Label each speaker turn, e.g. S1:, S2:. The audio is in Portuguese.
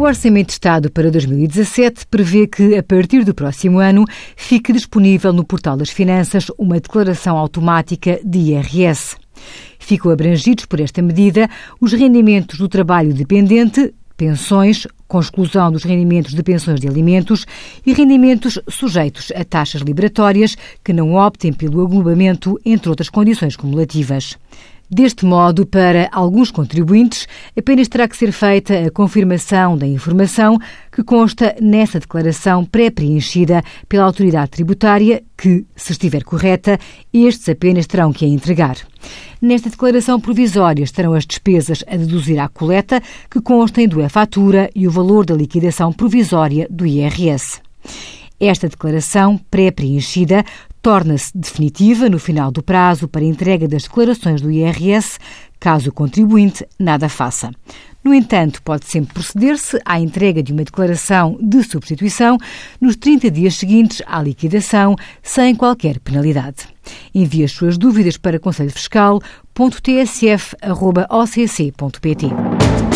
S1: Orçamento de Estado para 2017 prevê que, a partir do próximo ano, fique disponível no Portal das Finanças uma declaração automática de IRS. Ficam abrangidos por esta medida os rendimentos do trabalho dependente, pensões, com exclusão dos rendimentos de pensões de alimentos e rendimentos sujeitos a taxas liberatórias que não optem pelo agrupamento, entre outras condições cumulativas. Deste modo, para alguns contribuintes, apenas terá que ser feita a confirmação da informação que consta nessa declaração pré-preenchida pela autoridade tributária que, se estiver correta, estes apenas terão que a entregar. Nesta declaração provisória estarão as despesas a deduzir à coleta que constem do e-fatura e o valor da liquidação provisória do IRS. Esta declaração pré-preenchida torna-se definitiva no final do prazo para entrega das declarações do IRS, caso o contribuinte nada faça. No entanto, pode sempre proceder-se à entrega de uma declaração de substituição nos 30 dias seguintes à liquidação, sem qualquer penalidade. Envie as suas dúvidas para conselhofiscal.tsf@occ.pt.